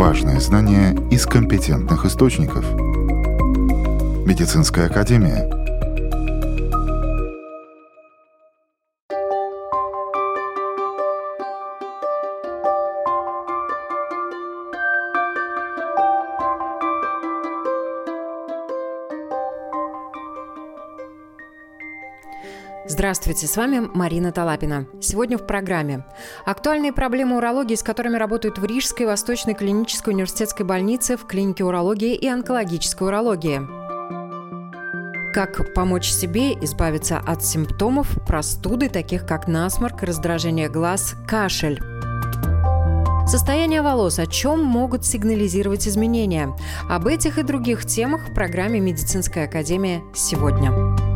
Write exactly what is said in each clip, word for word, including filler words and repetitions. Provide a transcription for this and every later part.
Важные знания из компетентных источников. Медицинская академия. Здравствуйте, с вами Марина Талапина. Сегодня в программе актуальные проблемы урологии, с которыми работают в Рижской Восточной клинической университетской больнице в клинике урологии и онкологической урологии. Как помочь себе избавиться от симптомов простуды, таких как насморк, раздражение глаз, кашель. Состояние волос, о чем могут сигнализировать изменения. Об этих и других темах в программе «Медицинская академия» сегодня.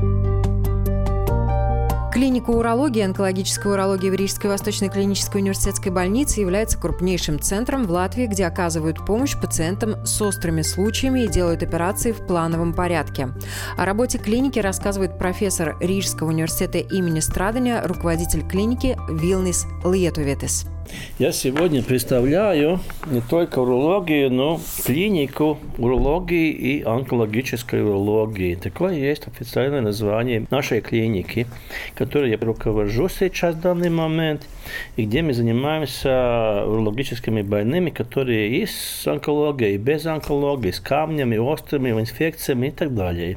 Клиника урологии и онкологической урологии в Рижской Восточной клинической университетской больнице является крупнейшим центром в Латвии, где оказывают помощь пациентам с острыми случаями и делают операции в плановом порядке. О работе клиники рассказывает профессор Рижского университета имени Страданя, руководитель клиники Вилнис Лиетуветис. Я сегодня представляю не только урологию, но клинику урологии и онкологической урологии. Такое есть официальное название нашей клиники, которой я руковожу сейчас в данный момент, и где мы занимаемся урологическими больными, которые и с онкологией, и без онкологии, с камнями, острыми инфекциями и так далее.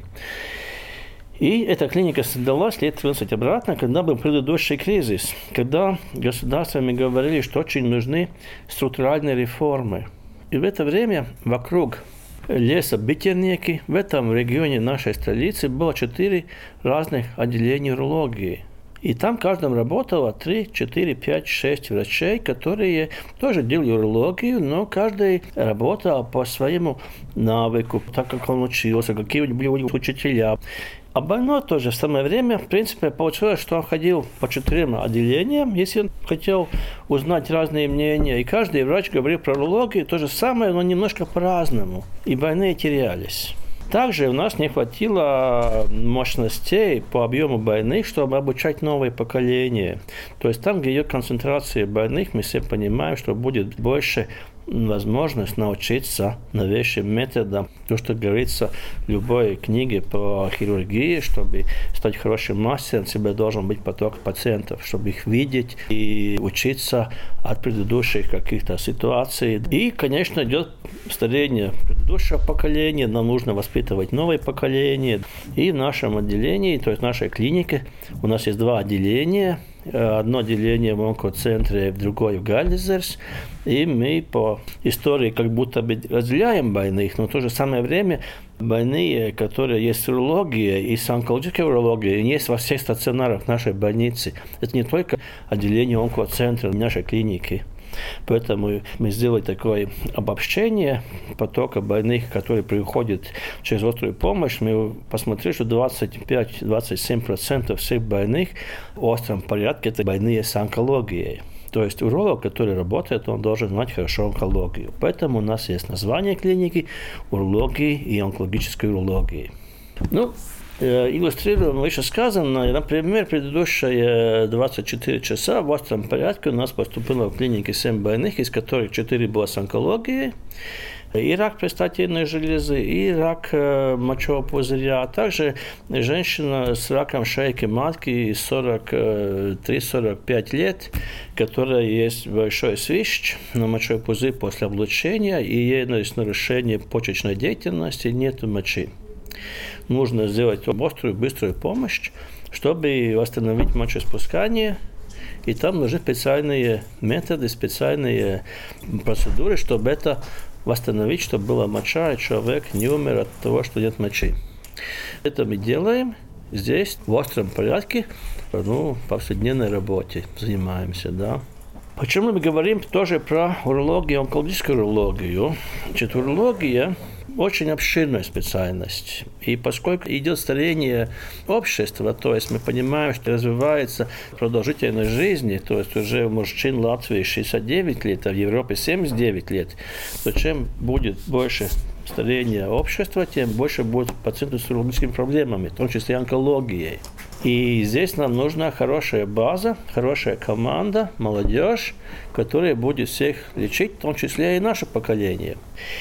И эта клиника создалась лет двадцать обратно, когда был предыдущий кризис, когда государствами говорили, что очень нужны структуральные реформы. И в это время вокруг леса Битерники, в этом регионе нашей столицы, было четыре разных отделения урологии. И там в каждом работало три, четыре, пять, шесть врачей, которые тоже делали урологию, но каждый работал по своему навыку, так как он учился, какие были учителя. А больной тоже в самое время, в принципе, получилось, что он ходил по четырем отделениям, если он хотел узнать разные мнения. И каждый врач говорил про урологию то же самое, но немножко по-разному. И больные терялись. Также у нас не хватило мощностей по объему больных, чтобы обучать новое поколение. То есть там, где идет концентрация больных, мы все понимаем, что будет больше возможность научиться новейшим методам. То, что говорится в любой книге по хирургии, чтобы стать хорошим мастером, тебе должен быть поток пациентов, чтобы их видеть и учиться от предыдущих каких-то ситуаций. И, конечно, идет старение предыдущего поколения, нам нужно воспитывать новое поколение. И в нашем отделении, то есть в нашей клинике, у нас есть два отделения. Одно отделение в онкоцентре, другое в Галлизерс. И мы по истории как будто бы разделяем больных, но в то же самое время больные, которые есть урология и с онкологической урологией, есть во всех стационарах нашей больницы. Это не только отделение онкоцентра нашей клиники. Поэтому мы сделали такое обобщение потока больных, которые приходят через острую помощь. Мы посмотрели, что двадцать пять - двадцать семь процентов всех больных в остром порядке – это больные с онкологией. То есть уролог, который работает, он должен знать хорошо онкологию. Поэтому у нас есть название клиники урологии и онкологической урологии. Ну, иллюстрируем вышесказанное. Например, предыдущие двадцать четыре часа в остром порядке у нас поступило в клинике семь больных, из которых четыре было с онкологией, и рак предстательной железы, и рак мочевого пузыря, а также женщина с раком шейки матки сорок три - сорок пять лет, которая есть большой свищ на мочевой пузырь после облучения, и ей есть нарушение почечной деятельности, нет мочи. Нужно сделать острую, быструю помощь, чтобы восстановить мочеиспускание. И там нужны специальные методы, специальные процедуры, чтобы это восстановить, чтобы была моча, и человек не умер от того, что нет мочи. Это мы делаем здесь в остром порядке, ну, в повседневной работе занимаемся, да. Почему мы говорим тоже про урологию, онкологическую урологию? Значит, урология очень обширная специальность. И поскольку идет старение общества, то есть мы понимаем, что развивается продолжительность жизни, то есть уже у мужчин в Латвии шестьдесят девять лет, а в Европе семьдесят девять лет, то чем будет больше старение общества, тем больше будет пациентов с урологическими проблемами, в том числе онкологией. И здесь нам нужна хорошая база, хорошая команда, молодежь, которая будет всех лечить, в том числе и наше поколение.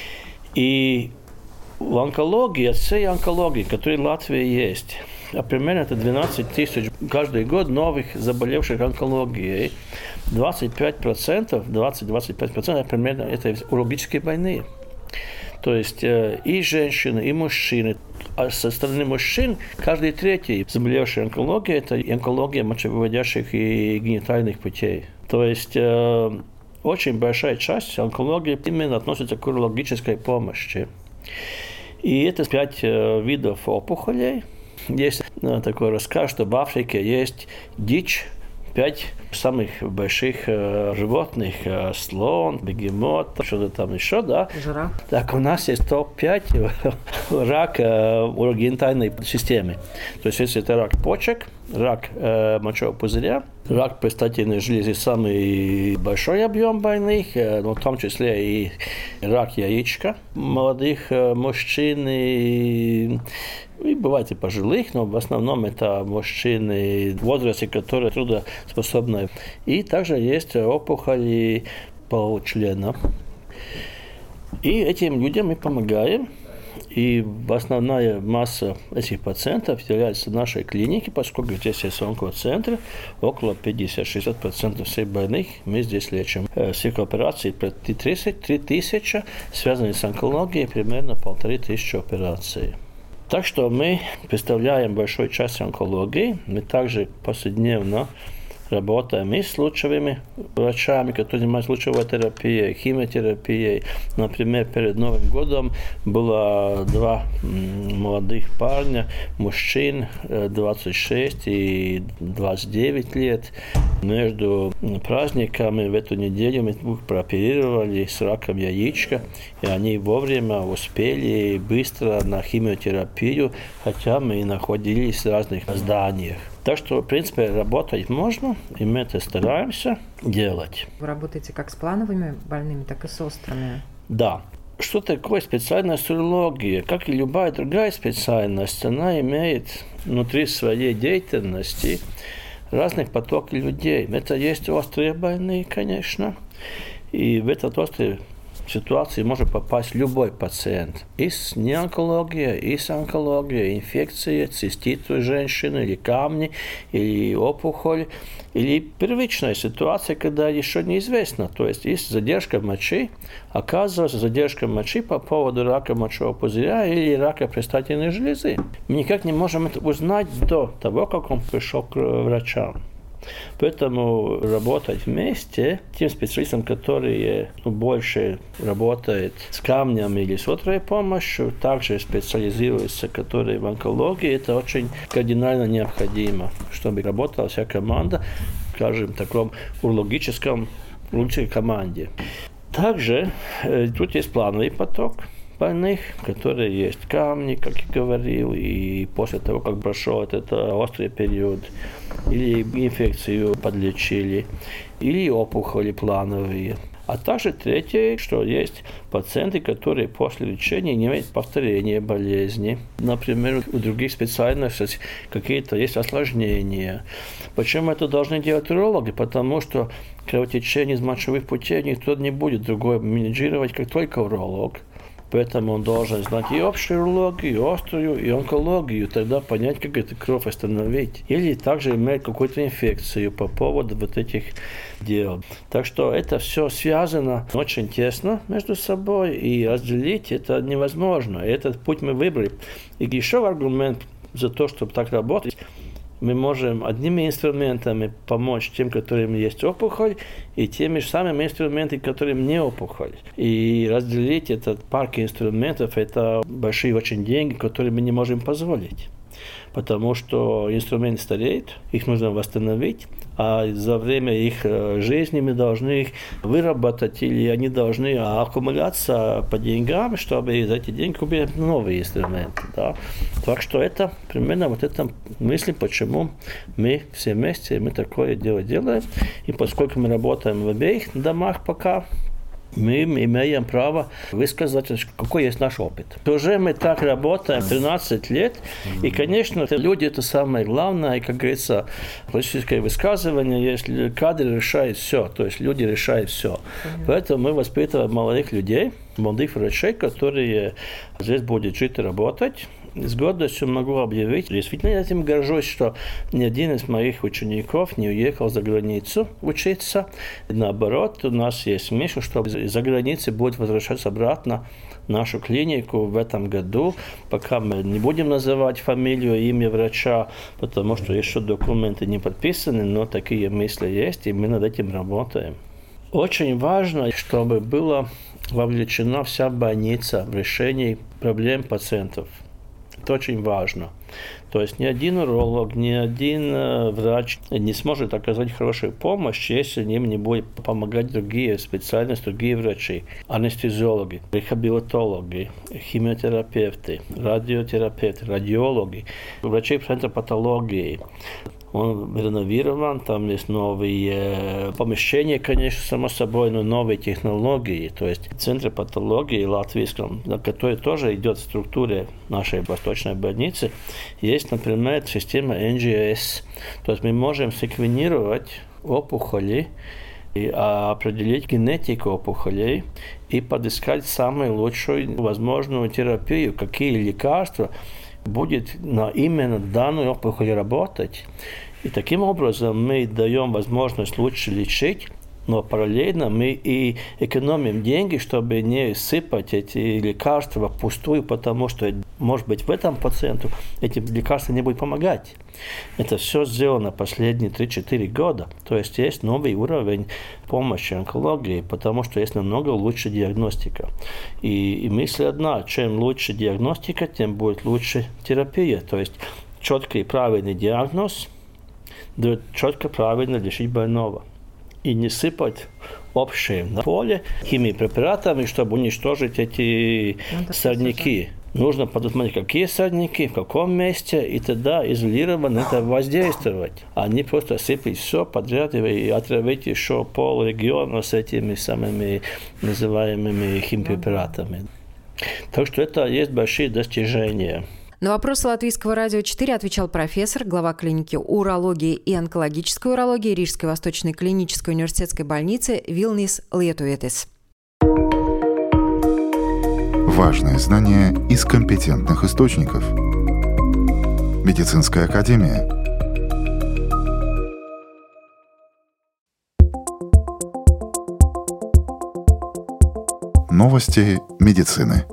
И в онкологии, от всей онкологии, которая в Латвии есть, а примерно это двенадцать тысяч каждый год новых заболевших онкологией, двадцать пять процентов, двадцать-двадцать пять процентов примерно это урологические больные. То есть и женщины, и мужчины. А со стороны мужчин каждый третий заболевший онкологией – это онкология мочевыводящих и генитальных путей. То есть э, очень большая часть онкологии именно относится к урологической помощи. И это пять э, видов опухолей. Есть э, такой рассказ, что в Африке есть дичь, пять самых больших э, животных, э, слон, бегемот, что-то там еще, да. Жираф. Так, у нас есть топ пять рак э, урогенитальной системы. То есть, если это рак почек, рак э, мочевого пузыря, рак предстательной железы, самый большой объем больных, э, но в том числе и рак яичка молодых э, мужчин и И бывает и пожилых, но в основном это мужчины в возрасте, которые трудоспособны. И также есть опухоли получлена. И этим людям мы помогаем. И основная масса этих пациентов является в нашей клинике, поскольку здесь есть онкоцентр, около пятьдесят-шестьдесят процентов всех больных мы здесь лечим. Всех операций тридцать три тысячи, связанных с онкологией, примерно полторы тысячи операций. Так что мы представляем большую часть онкологии. Мы также повседневно работаем и с лучевыми врачами, которые занимаются лучевой терапией, химиотерапией. Например, перед Новым годом было два молодых парня, мужчин двадцать шесть и двадцать девять лет. Между праздниками в эту неделю мы двух прооперировали с раком яичка, и они вовремя успели быстро на химиотерапию, хотя мы и находились в разных зданиях. Так что, в принципе, работать можно, и мы это стараемся делать. Вы работаете как с плановыми больными, так и с острыми? Да. Что такое специальность урология? Как и любая другая специальность, она имеет внутри своей деятельности разных потоков людей. Это есть острые больные, конечно, и в этот острый ситуации может попасть любой пациент. И с неонкологией, и с онкологией, инфекции, цистит у женщины, или камни, или опухоль, или первичная ситуация, когда еще неизвестно. То есть есть задержка мочи, оказывается задержка мочи по поводу рака мочевого пузыря или рака предстательной железы. Мы никак не можем это узнать до того, как он пришел к врачам. Поэтому работать вместе тем специалистам, которые больше работают с камнями или с острой помощью, также специализируются, которые в онкологии, это очень кардинально необходимо, чтобы работала вся команда, скажем, в таком урологическом урологической команде. Также э, тут есть плановый поток больных, которые есть камни, как я говорил, и после того, как прошел этот острый период, или инфекцию подлечили, или опухоли плановые. А также третье, что есть пациенты, которые после лечения не имеют повторения болезни. Например, у других специальностей какие-то есть осложнения. Почему это должны делать урологи? Потому что кровотечение из мочевых путей никто не будет другой менеджировать, как только уролог. Поэтому он должен знать и общую урологию, и острую, и онкологию, тогда понять, как эту кровь остановить. Или также иметь какую-то инфекцию по поводу вот этих дел. Так что это все связано очень тесно между собой, и разделить это невозможно. И этот путь мы выбрали. И еще аргумент за то, чтобы так работать, мы можем одними инструментами помочь тем, которым есть опухоль, и теми же самыми инструментами, которым не опухоль. И разделить этот парк инструментов – это большие очень деньги, которые мы не можем позволить. потому что инструмент стареет, их нужно восстановить, а за время их жизни мы должны их выработать, или они должны аккумулироваться по деньгам, чтобы за эти деньги купить новые инструменты. Да? Так что это примерно вот эта мысль, почему мы все вместе мы такое дело делаем. И поскольку мы работаем в обеих домах пока, мы имеем право высказать, какой есть наш опыт. Уже мы так работаем тринадцать лет, и, конечно, люди – это самое главное, и, как говорится, классическое высказывание, если кадры решают все, то есть люди решают все. Понятно. Поэтому мы воспитываем молодых людей, молодых врачей, которые здесь будут жить и работать. С гордостью могу объявить, действительно я этим горжусь, что ни один из моих учеников не уехал за границу учиться. Наоборот, у нас есть мысль, что из-за границы будет возвращаться обратно в нашу клинику в этом году, пока мы не будем называть фамилию, имя врача, потому что еще документы не подписаны, но такие мысли есть, и мы над этим работаем. Очень важно, чтобы была вовлечена вся больница в решение проблем пациентов. Это очень важно. То есть ни один уролог, ни один врач не сможет оказать хорошую помощь, если им не будут помогать другие специальности, другие врачи. Анестезиологи, рехабилитологи, химиотерапевты, радиотерапевты, радиологи, врачи центра патологии. Он реновирован, там есть новые помещения, конечно, само собой, но новые технологии. То есть в Центре патологии латвийском, на который тоже идет в структуре нашей восточной больницы, есть, например, система эн джи эс. То есть мы можем секвенировать опухоли, и определить генетику опухолей и подыскать самую лучшую возможную терапию, какие лекарства будет на именно данную опухоль работать. И таким образом мы даем возможность лучше лечить, но параллельно мы и экономим деньги, чтобы не сыпать эти лекарства впустую, потому что, может быть, в этом пациенту эти лекарства не будут помогать. Это все сделано последние три-четыре года. То есть есть новый уровень помощи онкологии, потому что есть намного лучше диагностика. И, и мысль одна, чем лучше диагностика, тем будет лучше терапия. То есть четкий и правильный диагноз дает четко правильно лечить больного. И не сыпать общее на поле химией препаратами, чтобы уничтожить эти ну, сорняки. Нужно подумать, какие сорняки, в каком месте, и тогда изолированно это воздействовать. А не просто сыпать все подряд и отравить еще пол региона с этими самыми называемыми химпрепаратами. Так что это есть большие достижения. На вопросы Латвийского радио четыре отвечал профессор, глава клиники урологии и онкологической урологии Рижской Восточной клинической университетской больницы Вилнис Лиетуветис. Важные знания из компетентных источников. Медицинская академия. Новости медицины.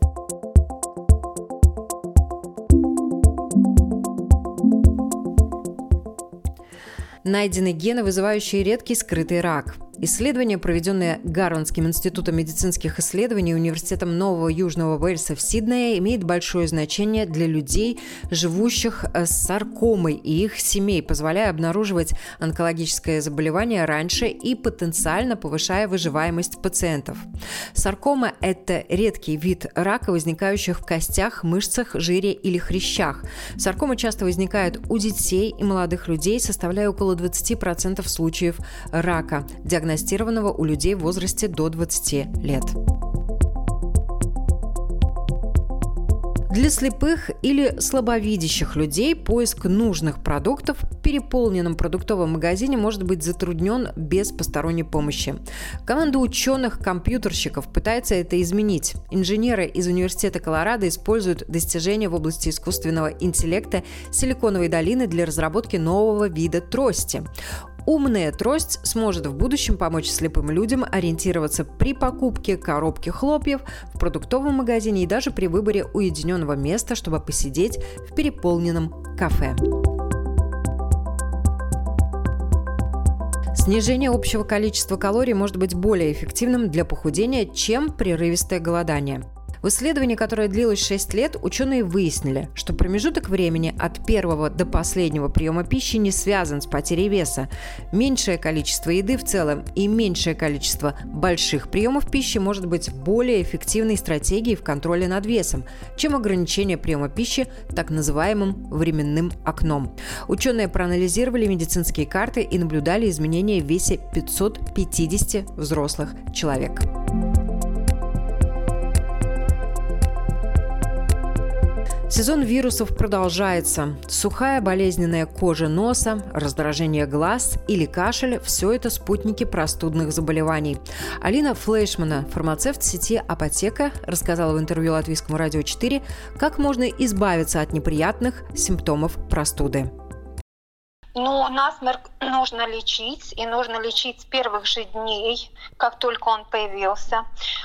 Найдены гены, вызывающие редкий скрытый рак. Исследование, проведенное Гарвардским институтом медицинских исследований и Университетом Нового Южного Уэльса в Сиднее, имеет большое значение для людей, живущих с саркомой и их семей, позволяя обнаруживать онкологическое заболевание раньше и потенциально повышая выживаемость пациентов. Саркома – это редкий вид рака, возникающих в костях, мышцах, жире или хрящах. Саркома часто возникает у детей и молодых людей, составляя около двадцать процентов случаев рака, диагностированного у людей в возрасте до двадцати лет. Для слепых или слабовидящих людей поиск нужных продуктов в переполненном продуктовом магазине может быть затруднен без посторонней помощи. Команда ученых-компьютерщиков пытается это изменить. Инженеры из Университета Колорадо используют достижения в области искусственного интеллекта Силиконовой долины для разработки нового вида трости. Умная трость сможет в будущем помочь слепым людям ориентироваться при покупке коробки хлопьев в продуктовом магазине и даже при выборе уединенного места, чтобы посидеть в переполненном кафе. Снижение общего количества калорий может быть более эффективным для похудения, чем прерывистое голодание. В исследовании, которое длилось шесть лет, ученые выяснили, что промежуток времени от первого до последнего приема пищи не связан с потерей веса. Меньшее количество еды в целом и меньшее количество больших приемов пищи может быть более эффективной стратегией в контроле над весом, чем ограничение приема пищи так называемым временным окном. Ученые проанализировали медицинские карты и наблюдали изменения в весе пятьсот пятидесяти взрослых человек. Сезон вирусов продолжается. Сухая болезненная кожа носа, раздражение глаз или кашель – все это спутники простудных заболеваний. Алина Флейшмана, фармацевт сети «Апотека», рассказала в интервью Латвийскому радио четыре, как можно избавиться от неприятных симптомов простуды. Ну, насморк нужно лечить, и нужно лечить с первых же дней, как только он появился.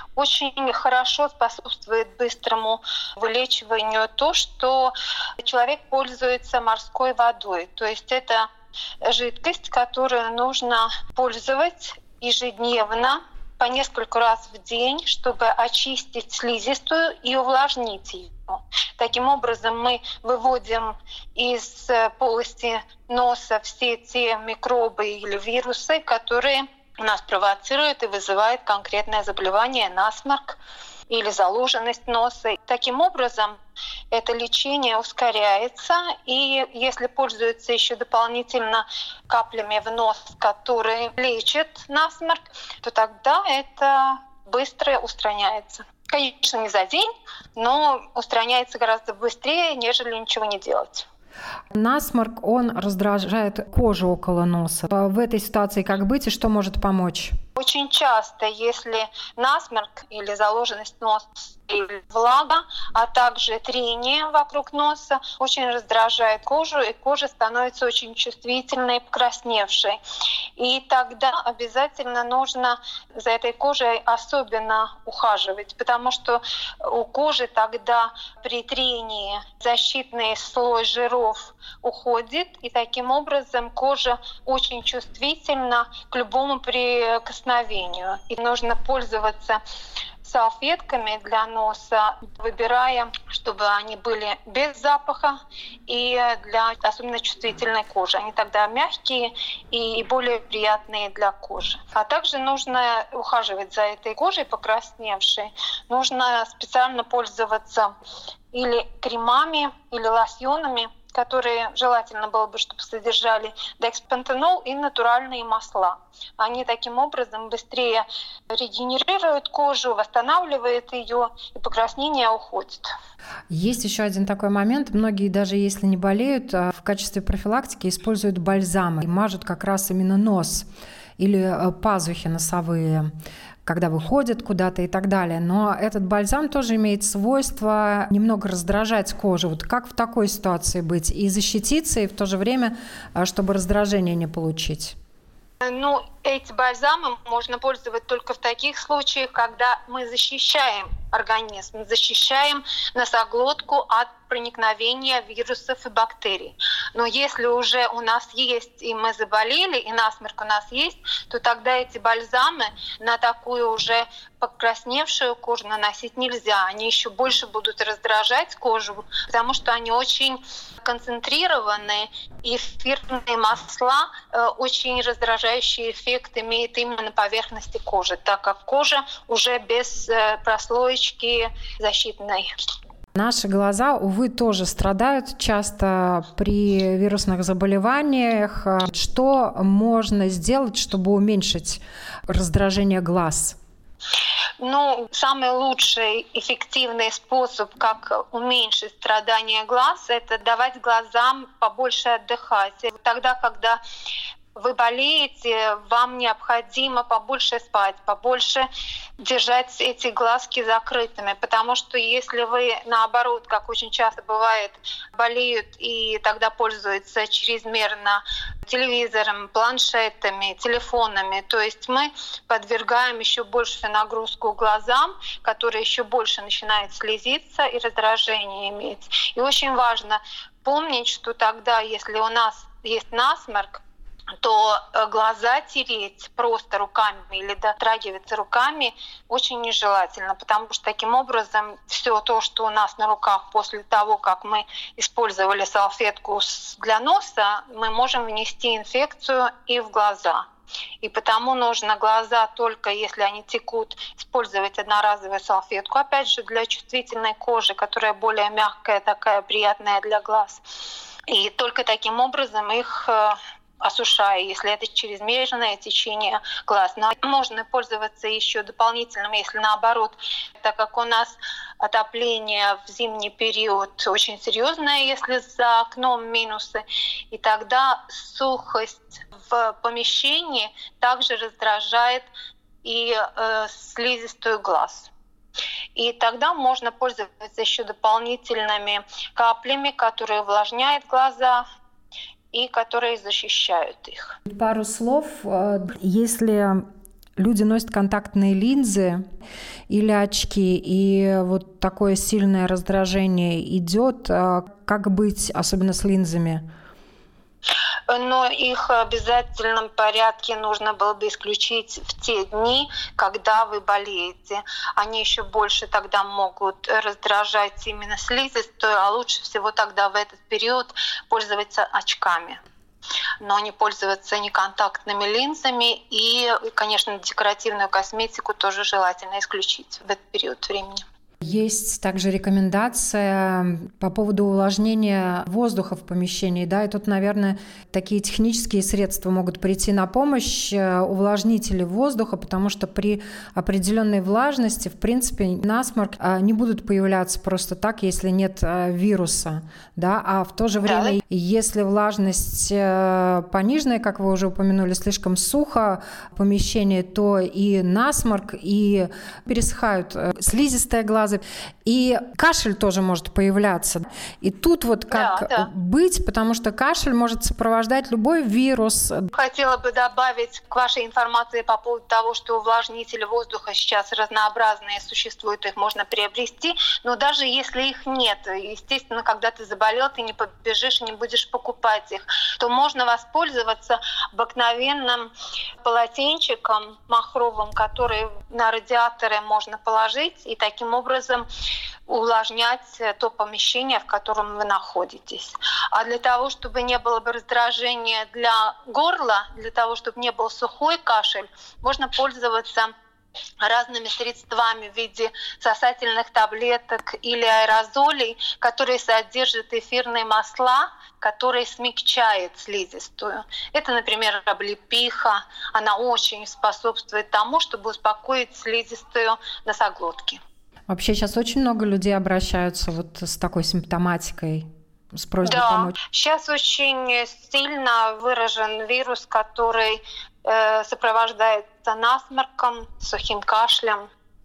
Очень хорошо способствует быстрому вылечиванию то, что человек пользуется морской водой. То есть это жидкость, которую нужно пользовать ежедневно, по несколько раз в день, чтобы очистить слизистую и увлажнить ее. Таким образом, мы выводим из полости носа все те микробы или вирусы, которые нас провоцируют и вызывают конкретное заболевание, насморк или заложенность носа. Таким образом, это лечение ускоряется, и если пользуются еще дополнительно каплями в нос, которые лечат насморк, то тогда это быстро устраняется. Конечно, не за день, но устраняется гораздо быстрее, нежели ничего не делать. Насморк, он раздражает кожу около носа. В этой ситуации как быть и что может помочь? Очень часто, если насморк или заложенность носа, или влага, а также трение вокруг носа очень раздражает кожу, и кожа становится очень чувствительной и покрасневшей. И тогда обязательно нужно за этой кожей особенно ухаживать, потому что у кожи тогда при трении защитный слой жиров уходит, и таким образом кожа очень чувствительна к любому прикосновению. И нужно пользоваться салфетками для носа, выбирая, чтобы они были без запаха и для особенно чувствительной кожи. Они тогда мягкие и более приятные для кожи. А также нужно ухаживать за этой кожей покрасневшей. Нужно специально пользоваться или кремами, или лосьонами, которые желательно было бы, чтобы содержали декспантенол и натуральные масла. Они таким образом быстрее регенерируют кожу, восстанавливают ее, и покраснение уходит. Есть еще один такой момент. Многие, даже если не болеют, в качестве профилактики используют бальзамы и мажут как раз именно нос или пазухи носовые, когда выходят куда-то и так далее. Но этот бальзам тоже имеет свойство немного раздражать кожу. Вот как в такой ситуации быть? И защититься, и в то же время, чтобы раздражение не получить? Ну, эти бальзамы можно пользовать только в таких случаях, когда мы защищаем организм, защищаем носоглотку от проникновения вирусов и бактерий. Но если уже у нас есть, и мы заболели, и насморк у нас есть, то тогда эти бальзамы на такую уже покрасневшую кожу наносить нельзя. Они еще больше будут раздражать кожу, потому что они очень концентрированные, и эфирные масла э, очень раздражающий эффект имеет именно на поверхности кожи, так как кожа уже без э, прослоечки защитной. Наши глаза, увы, тоже страдают часто при вирусных заболеваниях. Что можно сделать, чтобы уменьшить раздражение глаз? Ну, самый лучший эффективный способ, как уменьшить страдания глаз, это давать глазам побольше отдыхать. Тогда, когда вы болеете, вам необходимо побольше спать, побольше держать эти глазки закрытыми, потому что если вы, наоборот, как очень часто бывает, болеют и тогда пользуются чрезмерно телевизором, планшетами, телефонами, то есть мы подвергаем еще больше нагрузку глазам, которые еще больше начинают слезиться и раздражение иметь. И очень важно помнить, что тогда, если у нас есть насморк, то глаза тереть просто руками или дотрагиваться руками очень нежелательно, потому что таким образом все то, что у нас на руках после того, как мы использовали салфетку для носа, мы можем внести инфекцию и в глаза. И потому нужно глаза только, если они текут, использовать одноразовую салфетку, опять же, для чувствительной кожи, которая более мягкая, такая приятная для глаз. И только таким образом их осушая, если это чрезмерное течение глаз. Но можно пользоваться еще дополнительным, если наоборот, так как у нас отопление в зимний период очень серьезное, если за окном минусы, и тогда сухость в помещении также раздражает и э, слизистую глаз. И тогда можно пользоваться еще дополнительными каплями, которые увлажняют глаза и которые защищают их. Пару слов. Если люди носят контактные линзы или очки, и вот такое сильное раздражение идет, как быть, особенно с линзами? Но их в обязательном порядке нужно было бы исключить в те дни, когда вы болеете. Они еще больше тогда могут раздражать именно слизистую, а лучше всего тогда в этот период пользоваться очками. Но не пользоваться неконтактными линзами и, конечно, декоративную косметику тоже желательно исключить в этот период времени. Есть также рекомендация по поводу увлажнения воздуха в помещении. Да, и тут, наверное, такие технические средства могут прийти на помощь, увлажнители воздуха, потому что при определенной влажности, в принципе, насморк не будут появляться просто так, если нет вируса. Да? А в то же время, да. Если влажность пониженная, как вы уже упомянули, слишком сухо в помещении, то и насморк, и пересыхают слизистые глаза, и кашель тоже может появляться. И тут вот как да, да. быть, потому что кашель может сопровождать любой вирус. Хотела бы добавить к вашей информации по поводу того, что увлажнители воздуха сейчас разнообразные существуют, их можно приобрести, но даже если их нет, естественно, когда ты заболел, ты не побежишь, не будешь покупать их, то можно воспользоваться обыкновенным полотенчиком махровым, который на радиаторы можно положить, и таким образом увлажнять то помещение, в котором вы находитесь. А для того, чтобы не было бы раздражения для горла, для того, чтобы не был сухой кашель, можно пользоваться разными средствами в виде сосательных таблеток или аэрозолей, которые содержат эфирные масла, которые смягчают слизистую. Это, например, облепиха. Она очень способствует тому, чтобы успокоить слизистую носоглотки. Вообще сейчас очень много людей обращаются вот с такой симптоматикой, с просьбой да, помочь. Сейчас очень сильно выражен вирус, который э, сопровождается насморком, сухим кашлем.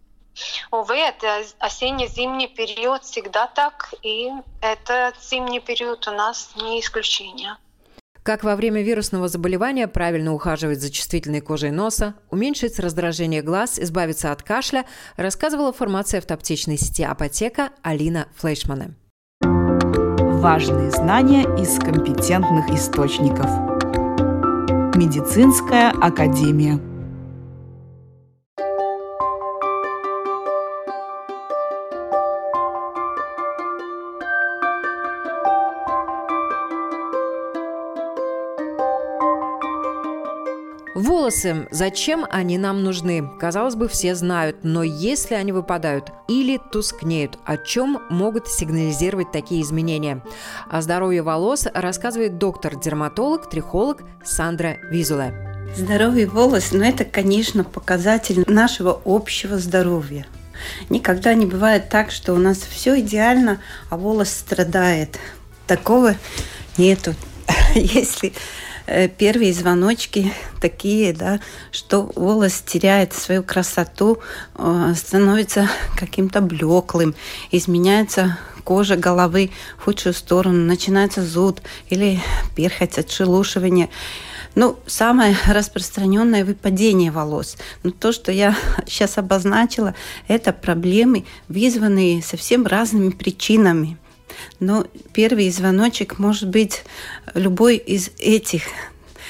Увы, это осенне-зимний период всегда так, и этот зимний период у нас не исключение. Как во время вирусного заболевания правильно ухаживать за чувствительной кожей носа, уменьшить раздражение глаз, избавиться от кашля, рассказывала фармацевт аптечной сети «Апотека» Алина Флейшмане. Важные знания из компетентных источников. Медицинская академия. Волосы. Зачем они нам нужны? Казалось бы, все знают, но если они выпадают или тускнеют, о чем могут сигнализировать такие изменения? О здоровье волос рассказывает доктор-дерматолог, трихолог Сандра Визуле. Здоровье волос, ну это, конечно, показатель нашего общего здоровья. Никогда не бывает так, что у нас все идеально, а волос страдает. Такого нету. Если первые звоночки такие, да, что волос теряет свою красоту, становится каким-то блеклым, изменяется кожа головы в худшую сторону, начинается зуд или перхоть, отшелушивание. Ну, самое распространенное выпадение волос. Но то, что я сейчас обозначила, это проблемы, вызванные совсем разными причинами. Но первый звоночек может быть любой из этих.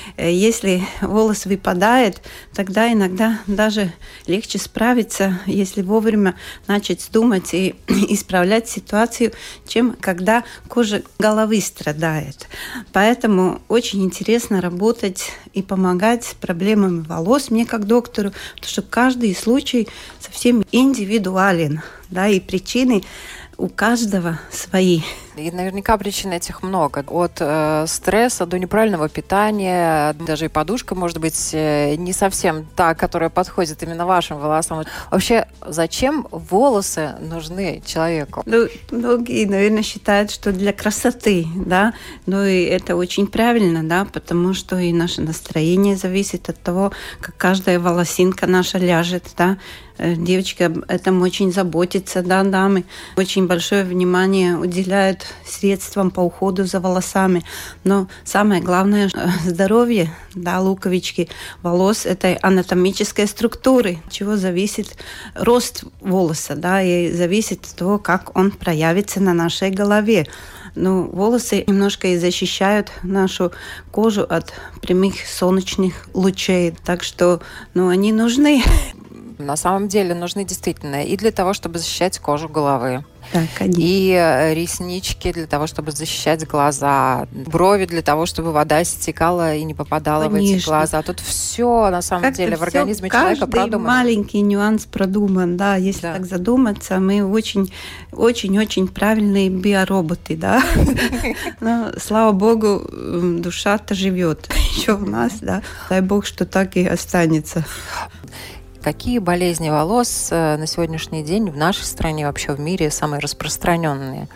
если волос выпадает, тогда иногда даже легче справиться, если вовремя начать думать и исправлять ситуацию, чем когда кожа головы страдает. Поэтому очень интересно работать и помогать с проблемами волос мне как доктору, потому что каждый случай совсем индивидуален, да, и причины у каждого свои. И наверняка причин этих много. От э, стресса до неправильного питания, даже и подушка может быть э, не совсем та, которая подходит именно вашим волосам. Вообще, зачем волосы нужны человеку? Ну, многие, наверное, считают, что для красоты, да, но и это очень правильно, да, потому что и наше настроение зависит от того, как каждая волосинка наша ляжет, да. Девочки об этом очень заботятся, да, дамы. Очень большое внимание уделяют средствам по уходу за волосами. Но самое главное – здоровье, да, луковички волос этой анатомической структуры, от чего зависит рост волоса, да, и зависит от того, как он проявится на нашей голове. Но волосы немножко и защищают нашу кожу от прямых солнечных лучей. Так что, ну, они нужны. На самом деле нужны действительно и для того, чтобы защищать кожу головы. Да, конечно. И реснички для того, чтобы защищать глаза, брови для того, чтобы вода стекала и не попадала конечно. В эти глаза. Тут все на самом как-то деле в организме человека продумано. Каждый маленький нюанс продуман, да. Если да. так задуматься, мы очень, очень-очень правильные биороботы, да. Но слава богу, душа-то живет еще в нас, да. Дай бог, что так и останется. Какие болезни волос на сегодняшний день в нашей стране, вообще в мире, самые распространенные?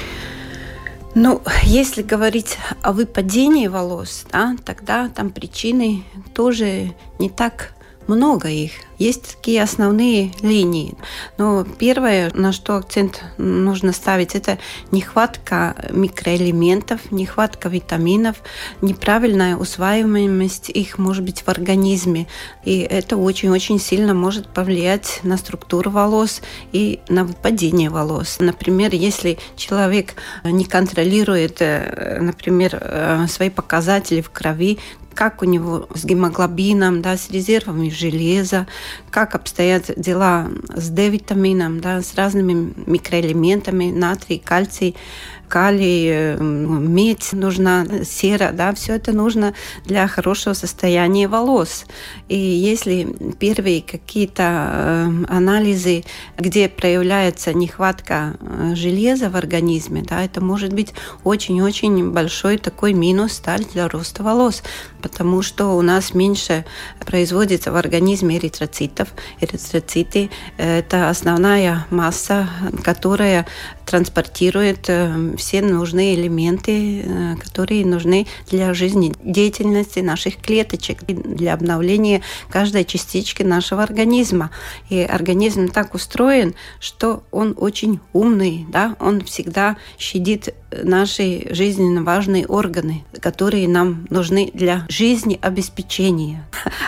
Ну, если говорить о выпадении волос, да, тогда там причины тоже не так много их. Есть такие основные линии. Но первое, на что акцент нужно ставить, это нехватка микроэлементов, нехватка витаминов, неправильная усваиваемость их может быть в организме. И это очень-очень сильно может повлиять на структуру волос и на выпадение волос. Например, если человек не контролирует, например, свои показатели в крови, как у него с гемоглобином, да, с резервами железа, как обстоят дела с D-витамином, да, с разными микроэлементами, натрий, кальций, калий, медь нужна, сера, да, все это нужно для хорошего состояния волос. И если первые какие-то анализы, где проявляется нехватка железа в организме, да, это может быть очень-очень большой такой минус, да, для роста волос, потому что у нас меньше производится в организме эритроцитов. Эритроциты – это основная масса, которая транспортирует все нужные элементы, которые нужны для жизнедеятельности наших клеточек, для обновления каждой частички нашего организма. И организм так устроен, что он очень умный, да? Он всегда щадит наши жизненно важные органы, которые нам нужны для жизнеобеспечения.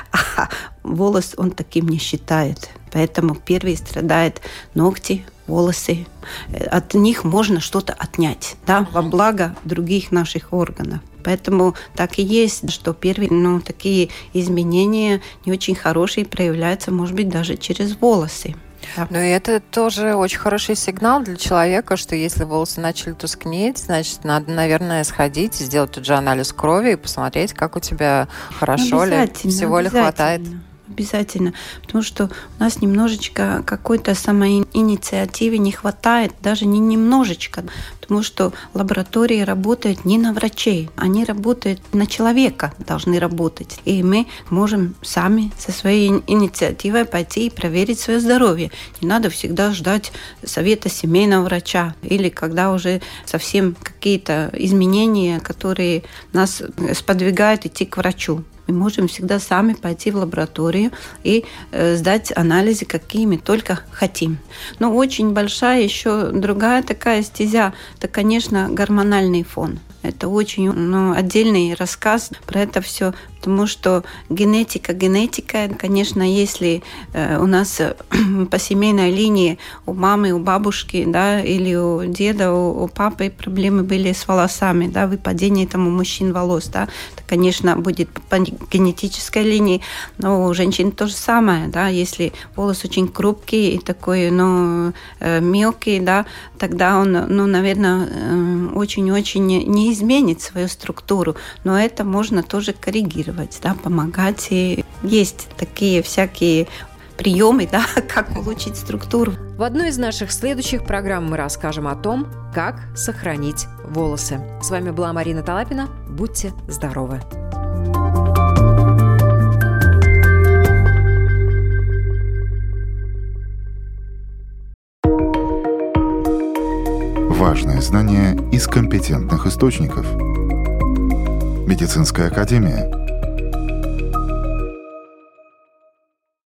А волос он таким не считает. Поэтому первый страдает ногти, волосы. От них можно что-то отнять, да, во благо других наших органов. Поэтому так и есть, что первые, ну, такие изменения не очень хорошие проявляются, может быть, даже через волосы. Да. Ну и это тоже очень хороший сигнал для человека, что если волосы начали тускнеть, значит, надо, наверное, сходить, сделать тот же анализ крови и посмотреть, как у тебя хорошо ли, всего ли хватает. Обязательно, потому что у нас немножечко какой-то самоинициативы не хватает, даже не немножечко, потому что лаборатории работают не на врачей, они работают на человека, должны работать. И мы можем сами со своей инициативой пойти и проверить свое здоровье. Не надо всегда ждать совета семейного врача или когда уже совсем какие-то изменения, которые нас сподвигают идти к врачу. Мы можем всегда сами пойти в лабораторию и э, сдать анализы, какие мы только хотим. Но очень большая еще другая такая стезя, это, конечно, гормональный фон. Это очень ну, отдельный рассказ про это все, потому что генетика, генетика, конечно, если э, у нас по семейной линии у мамы, у бабушки, да, или у деда, у, у папы проблемы были с волосами, да, выпадение там у мужчин волос, да, это, конечно, будет по генетической линии, но у женщин то же самое, да, если волос очень хрупкий и такой, ну, э, мелкий, да, тогда он, ну, наверное, э, очень-очень не изменит свою структуру, но это можно тоже коррегировать, да, помогать. И есть такие всякие приемы, да, как улучшить структуру. В одной из наших следующих программ мы расскажем о том, как сохранить волосы. С вами была Марина Талапина. Будьте здоровы! Важные знания из компетентных источников. Медицинская академия.